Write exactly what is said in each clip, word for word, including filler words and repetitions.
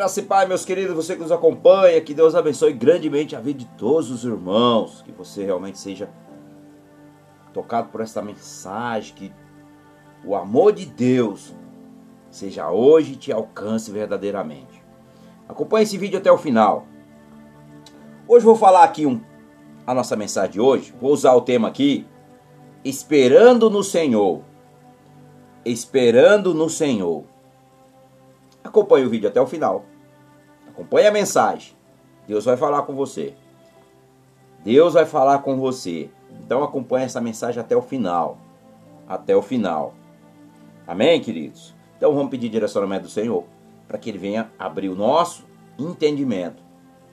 Graça e Pai, meus queridos, você que nos acompanha, que Deus abençoe grandemente a vida de todos os irmãos, que você realmente seja tocado por esta mensagem, que o amor de Deus seja hoje e te alcance verdadeiramente. Acompanhe esse vídeo até o final. Hoje vou falar aqui um, a nossa mensagem de hoje, vou usar o tema aqui, esperando no Senhor. Esperando no Senhor. Acompanhe o vídeo até o final. Acompanhe a mensagem. Deus vai falar com você. Deus vai falar com você. Então acompanhe essa mensagem até o final. Até o final. Amém, queridos? Então vamos pedir direcionamento do Senhor, para que Ele venha abrir o nosso entendimento.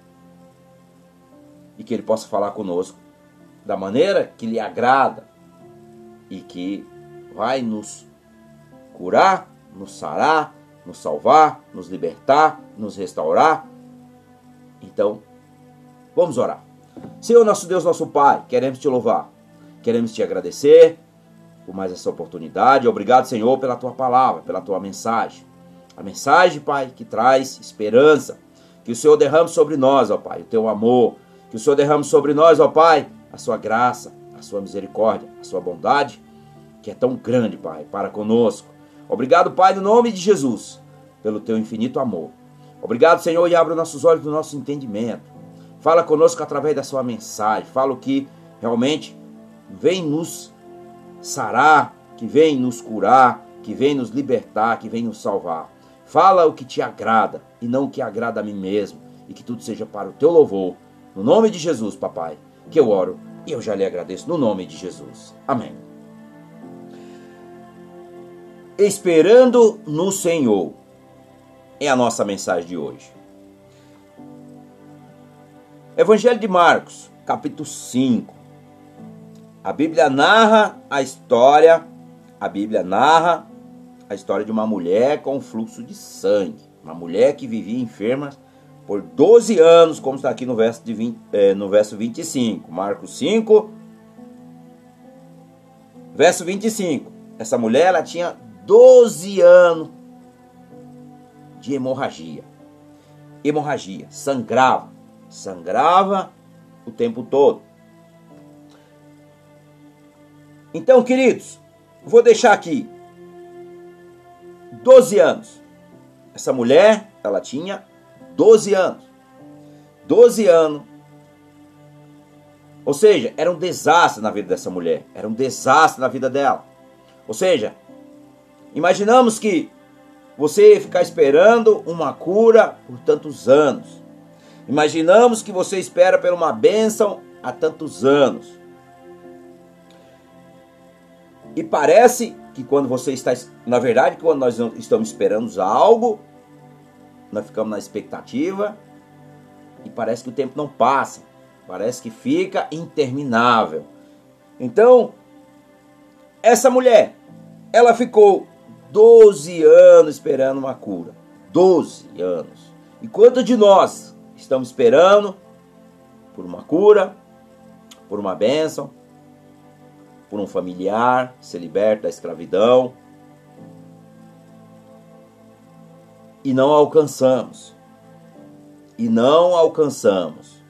E que Ele possa falar conosco da maneira que lhe agrada. E que vai nos curar, nos sarar, nos salvar, nos libertar, nos restaurar. Então, vamos orar. Senhor, nosso Deus, nosso Pai, queremos te louvar, queremos te agradecer por mais essa oportunidade. Obrigado, Senhor, pela tua palavra, pela tua mensagem. A mensagem, Pai, que traz esperança. Que o Senhor derrame sobre nós, ó Pai, o teu amor. Que o Senhor derrame sobre nós, ó Pai, a sua graça, a sua misericórdia, a sua bondade, que é tão grande, Pai, para conosco. Obrigado, Pai, no nome de Jesus, pelo teu infinito amor. Obrigado, Senhor, e abre os nossos olhos do nosso entendimento. Fala conosco através da sua mensagem. Fala o que realmente vem nos sarar, que vem nos curar, que vem nos libertar, que vem nos salvar. Fala o que te agrada e não o que agrada a mim mesmo. E que tudo seja para o teu louvor. No nome de Jesus, papai, que eu oro e eu já lhe agradeço no nome de Jesus. Amém. Esperando no Senhor é a nossa mensagem de hoje. Evangelho de Marcos, capítulo cinco. A Bíblia narra a história, a Bíblia narra a história de uma mulher com fluxo de sangue. Uma mulher que vivia enferma por doze anos, como está aqui no verso, de vinte, é, no verso vinte e cinco. Marcos cinco, verso vinte e cinco. Essa mulher, ela tinha doze anos de hemorragia. Hemorragia, sangrava. Sangrava o tempo todo. Então, queridos, vou deixar aqui doze anos. Essa mulher, ela tinha doze anos. doze anos. Ou seja, era um desastre na vida dessa mulher. Era um desastre na vida dela. Ou seja, imaginamos que você ficar esperando uma cura por tantos anos. Imaginamos que você espera por uma bênção há tantos anos. E parece que quando você está... Na verdade, quando nós estamos esperando algo, nós ficamos na expectativa e parece que o tempo não passa. Parece que fica interminável. Então, essa mulher, ela ficou doze anos esperando uma cura. doze anos. E quantos de nós estamos esperando por uma cura, por uma bênção, por um familiar ser liberto da escravidão e não alcançamos? E não alcançamos.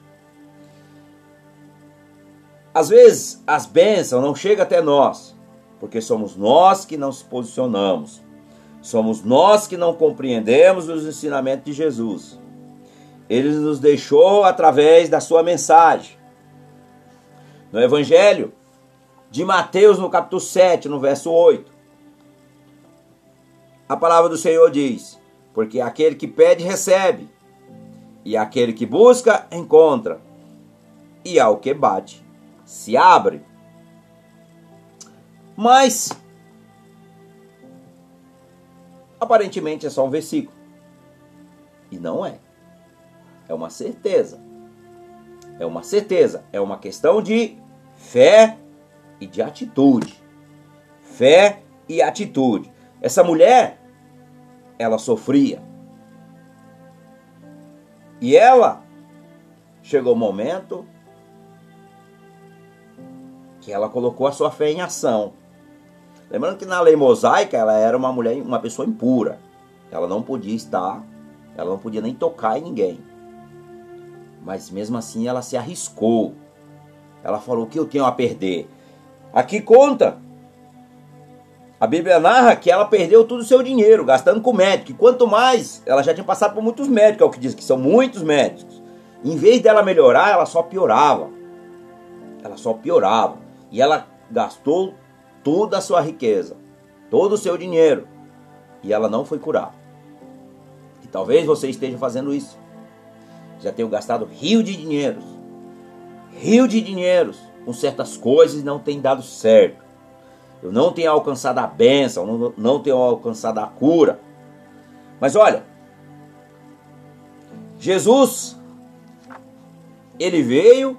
Às vezes as bênçãos não chegam até nós, porque somos nós que não nos posicionamos. Somos nós que não compreendemos os ensinamentos de Jesus. Ele nos deixou através da sua mensagem. No Evangelho de Mateus, no capítulo sete, no verso oito. A palavra do Senhor diz: porque aquele que pede, recebe. E aquele que busca, encontra. E ao que bate, se abre. Mas, aparentemente é só um versículo. E não é. É uma certeza. É uma certeza. É uma questão de fé e de atitude. Fé e atitude. Essa mulher, ela sofria. E ela, chegou o momento que ela colocou a sua fé em ação. Lembrando que na lei mosaica ela era uma mulher, uma pessoa impura. Ela não podia estar Ela não podia nem tocar em ninguém. Mas mesmo assim ela se arriscou. Ela falou: o que eu tenho a perder? Aqui conta. A Bíblia narra que ela perdeu todo o seu dinheiro, gastando com médico. E quanto mais, ela já tinha passado por muitos médicos, é o que diz que são muitos médicos. Em vez dela melhorar, ela só piorava. Ela só piorava. E ela gastou toda a sua riqueza, todo o seu dinheiro. E ela não foi curada. E talvez você esteja fazendo isso. Já tenha gastado rio de dinheiros. Rio de dinheiros com certas coisas e não tem dado certo. Eu não tenho alcançado a bênção, não, não tenho alcançado a cura. Mas olha, Jesus, ele veio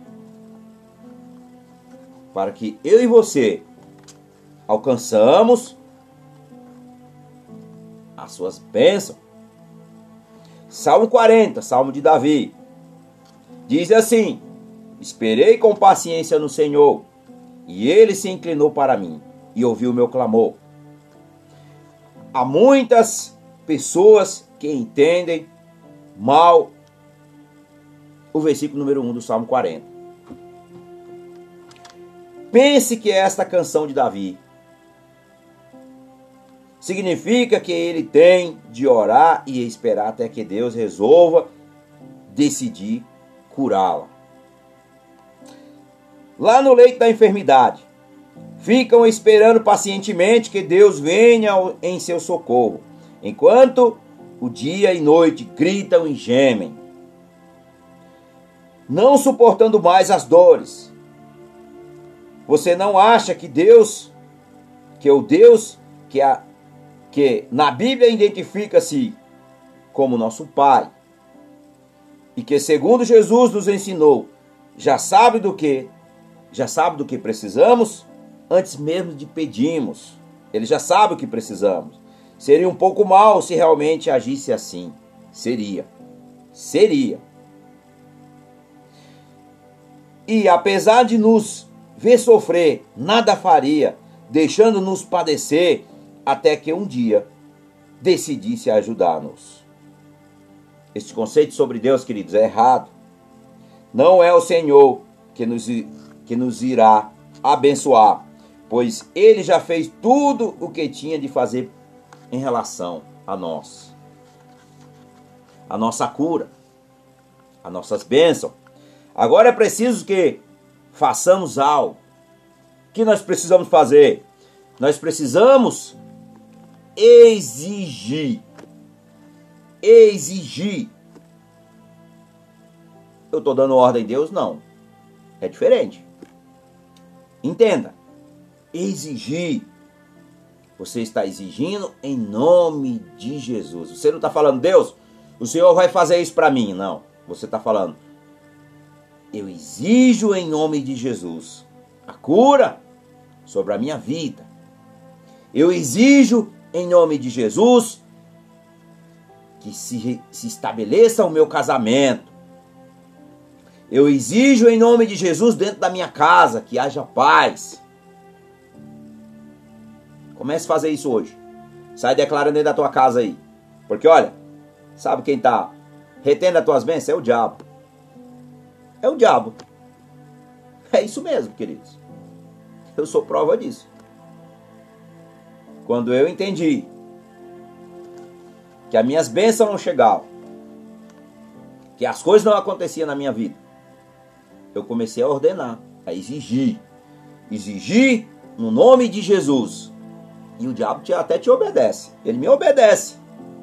para que eu e você alcançamos as suas bênçãos. Salmo quarenta, Salmo de Davi, diz assim: esperei com paciência no Senhor, e ele se inclinou para mim e ouviu o meu clamor. Há muitas pessoas que entendem mal o versículo número um do Salmo quarenta. Pense que esta canção de Davi significa que ele tem de orar e esperar até que Deus resolva decidir curá-la. Lá no leito da enfermidade, ficam esperando pacientemente que Deus venha em seu socorro, enquanto o dia e noite gritam e gemem, não suportando mais as dores. Você não acha que Deus, que o Deus que, a, que na Bíblia identifica-se como nosso Pai, e que segundo Jesus nos ensinou, já sabe do que, já sabe do que precisamos, antes mesmo de pedirmos. Ele já sabe o que precisamos. Seria um pouco mal se realmente agisse assim. Seria. Seria. E apesar de nos ver sofrer, nada faria, deixando-nos padecer, até que um dia decidisse ajudar-nos. Este conceito sobre Deus, queridos, é errado. Não é o Senhor que nos, que nos irá abençoar, pois Ele já fez tudo o que tinha de fazer em relação a nós. A nossa cura, as nossas bênçãos. Agora é preciso que façamos algo. O que nós precisamos fazer? Nós precisamos exigir. Exigir. Eu estou dando ordem a Deus? Não. É diferente. Entenda. Exigir. Você está exigindo em nome de Jesus. Você não está falando: Deus, o Senhor vai fazer isso para mim. Não. Você está falando: eu exijo em nome de Jesus a cura sobre a minha vida. Eu exijo em nome de Jesus que se, se estabeleça o meu casamento. Eu exijo em nome de Jesus dentro da minha casa que haja paz. Comece a fazer isso hoje. Sai declarando dentro da tua casa aí. Porque olha, sabe quem está retendo as tuas bênçãos? É o diabo. É o diabo. É isso mesmo, queridos. Eu sou prova disso. Quando eu entendi que as minhas bênçãos não chegavam, que as coisas não aconteciam na minha vida, eu comecei a ordenar, a exigir. Exigir no nome de Jesus. E o diabo até te obedece. Ele me obedece.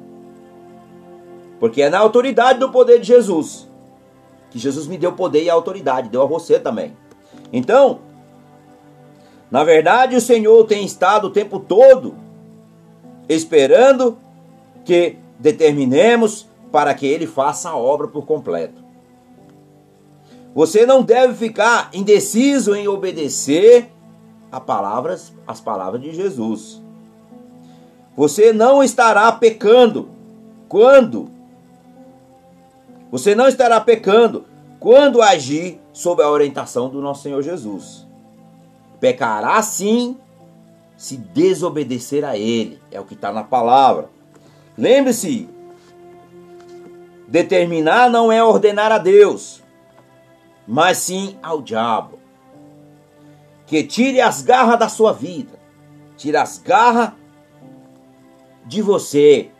Porque é na autoridade do poder de Jesus. Que Jesus me deu poder e autoridade. Deu a você também. Então, na verdade, o Senhor tem estado o tempo todo esperando que determinemos para que Ele faça a obra por completo. Você não deve ficar indeciso em obedecer a palavras, as palavras de Jesus. Você não estará pecando quando Você não estará pecando quando agir sob a orientação do nosso Senhor Jesus. Pecará sim se desobedecer a Ele. É o que está na palavra. Lembre-se Determinar não é ordenar a Deus, mas sim ao diabo. Que tire as garras da sua vida. Tire as garras de você.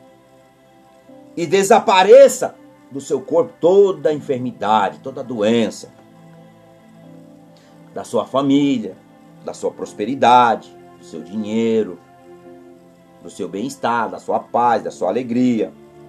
E desapareça do seu corpo toda a enfermidade, toda a doença. Da sua família, da sua prosperidade, do seu dinheiro, do seu bem-estar, da sua paz, da sua alegria.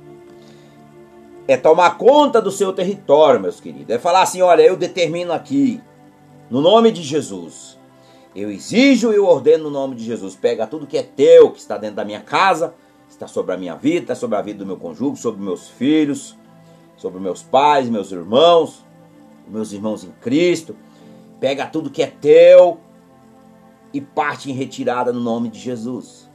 É tomar conta do seu território, meus queridos. É falar assim, olha, eu determino aqui, no nome de Jesus. Eu exijo e eu ordeno no nome de Jesus. Pega tudo que é teu, que está dentro da minha casa, está sobre a minha vida, está sobre a vida do meu cônjuge, sobre meus filhos, sobre meus pais, meus irmãos, meus irmãos em Cristo. Pega tudo que é teu e parte em retirada no nome de Jesus.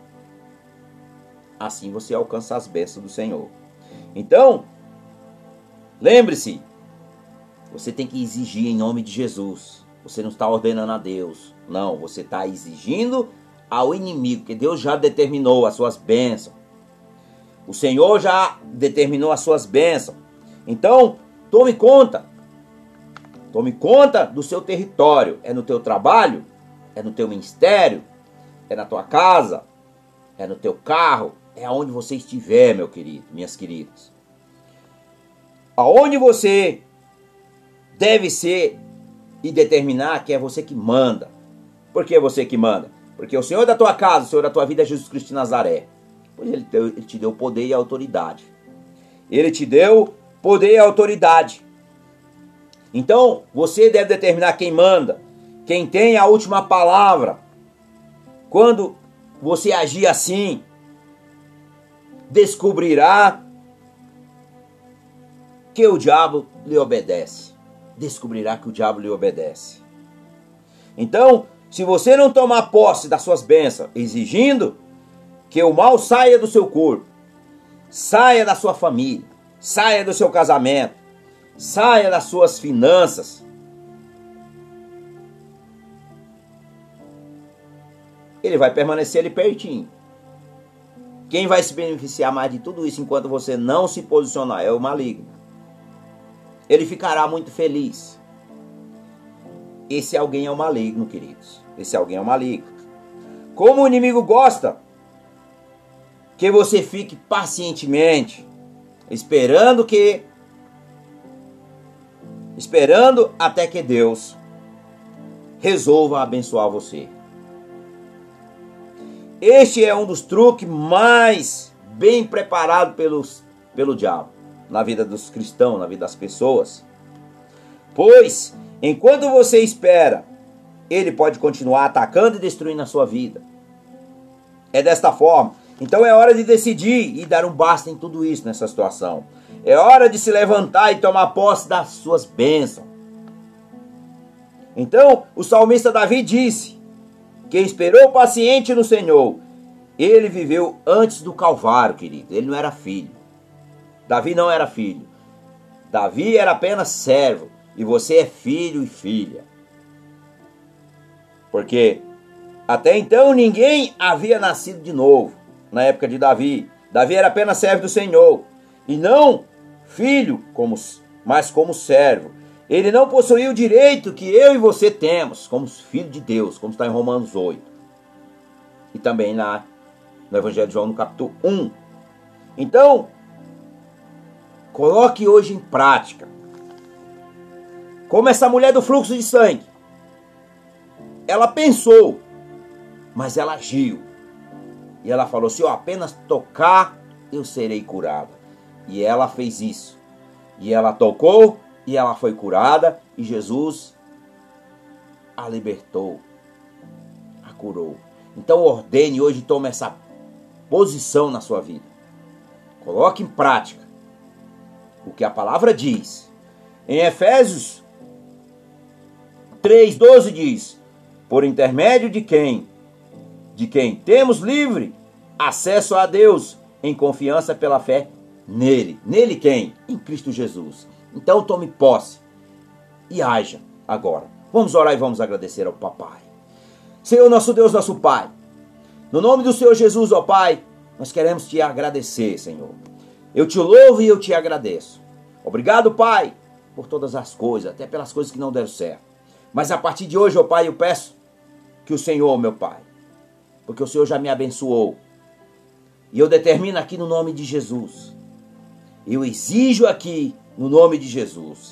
Assim você alcança as bênçãos do Senhor. Então, lembre-se, você tem que exigir em nome de Jesus. Você não está ordenando a Deus. Não, você está exigindo ao inimigo, que Deus já determinou as suas bênçãos. O Senhor já determinou as suas bênçãos. Então, tome conta. Tome conta do seu território. É no teu trabalho? É no teu ministério? É na tua casa? É no teu carro? É aonde você estiver, meu querido, minhas queridas. Aonde você deve ser e determinar que é você que manda. Por que você que manda? Porque o Senhor da tua casa, o Senhor da tua vida é Jesus Cristo de Nazaré. Pois ele, deu, ele te deu poder e autoridade. Ele te deu poder e autoridade. Então, você deve determinar quem manda, quem tem a última palavra. Quando você agir assim, descobrirá que o diabo lhe obedece. Descobrirá que o diabo lhe obedece. Então, se você não tomar posse das suas bênçãos, exigindo que o mal saia do seu corpo, saia da sua família, saia do seu casamento, saia das suas finanças, ele vai permanecer ali pertinho. Quem vai se beneficiar mais de tudo isso enquanto você não se posicionar é o maligno. Ele ficará muito feliz. Esse alguém é o maligno, queridos. Esse alguém é o maligno. Como o inimigo gosta que você fique pacientemente, esperando que, esperando até que Deus resolva abençoar você. Este é um dos truques mais bem preparados pelos, pelo diabo na vida dos cristãos, na vida das pessoas. Pois, enquanto você espera, ele pode continuar atacando e destruindo a sua vida. É desta forma. Então é hora de decidir e dar um basta em tudo isso nessa situação. É hora de se levantar e tomar posse das suas bênçãos. Então, o salmista Davi disse: quem esperou paciente no Senhor, ele viveu antes do Calvário, querido. Ele não era filho. Davi não era filho. Davi era apenas servo. E você é filho e filha. Porque até então ninguém havia nascido de novo. Na época de Davi. Davi era apenas servo do Senhor. E não filho, como, mas como servo. Ele não possuía o direito que eu e você temos, como filho de Deus, como está em Romanos oito. E também lá no Evangelho de João, no capítulo um. Então, coloque hoje em prática. Como essa mulher do fluxo de sangue. Ela pensou, mas ela agiu. E ela falou assim, ó, apenas tocar eu serei curada. E ela fez isso. E ela tocou e ela foi curada. E Jesus a libertou, a curou. Então ordene hoje, tome essa posição na sua vida. Coloque em prática o que a palavra diz. Em Efésios três, doze diz: por intermédio de quem? De quem temos livre acesso a Deus em confiança pela fé nele. Nele quem? Em Cristo Jesus. Então tome posse e haja agora. Vamos orar e vamos agradecer ao Papai. Senhor, nosso Deus, nosso Pai, no nome do Senhor Jesus, ó Pai, nós queremos te agradecer, Senhor. Eu te louvo e eu te agradeço. Obrigado, Pai, por todas as coisas, até pelas coisas que não deram certo. Mas a partir de hoje, ó Pai, eu peço que o Senhor, meu Pai, porque o Senhor já me abençoou, e eu determino aqui no nome de Jesus, eu exijo aqui no nome de Jesus,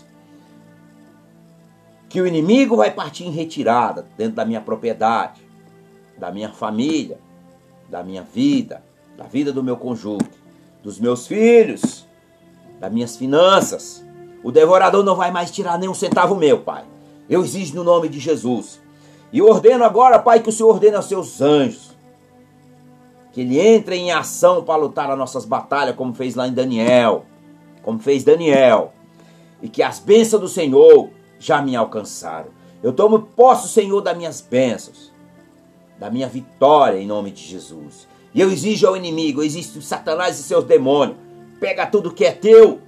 que o inimigo vai partir em retirada dentro da minha propriedade, da minha família, da minha vida, da vida do meu cônjuge, dos meus filhos, das minhas finanças. O devorador não vai mais tirar nem um centavo meu, Pai. Eu exijo no nome de Jesus. E eu ordeno agora, Pai, que o Senhor ordene aos seus anjos, que ele entre em ação para lutar as nossas batalhas, como fez lá em Daniel, como fez Daniel, e que as bênçãos do Senhor já me alcançaram. Eu tomo posse, Senhor, das minhas bênçãos, da minha vitória em nome de Jesus. E eu exijo ao inimigo, existe Satanás e seus demônios, pega tudo que é teu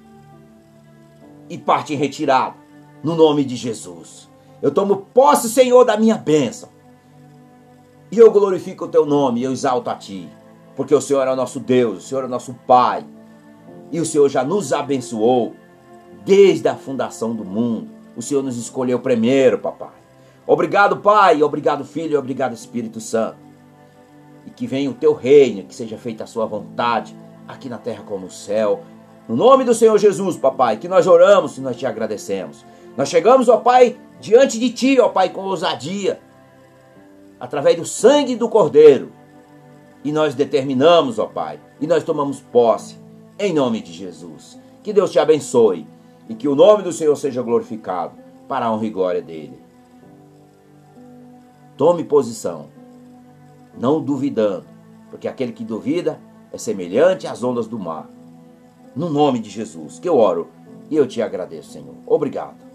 e parte em retirada, no nome de Jesus. Eu tomo posse, Senhor, da minha bênção, e eu glorifico o teu nome, e eu exalto a ti, porque o Senhor é o nosso Deus, o Senhor é o nosso Pai, e o Senhor já nos abençoou desde a fundação do mundo. O Senhor nos escolheu primeiro, papai. Obrigado, Pai, obrigado, Filho, e obrigado, Espírito Santo. E que venha o teu reino, que seja feita a sua vontade, aqui na terra como no céu. No nome do Senhor Jesus, papai, que nós oramos e nós te agradecemos. Nós chegamos, ó Pai, diante de ti, ó Pai, com ousadia, através do sangue do Cordeiro. E nós determinamos, ó Pai, e nós tomamos posse, em nome de Jesus. Que Deus te abençoe e que o nome do Senhor seja glorificado para a honra e glória dele. Tome posição, não duvidando, porque aquele que duvida é semelhante às ondas do mar. No nome de Jesus, que eu oro e eu te agradeço, Senhor. Obrigado.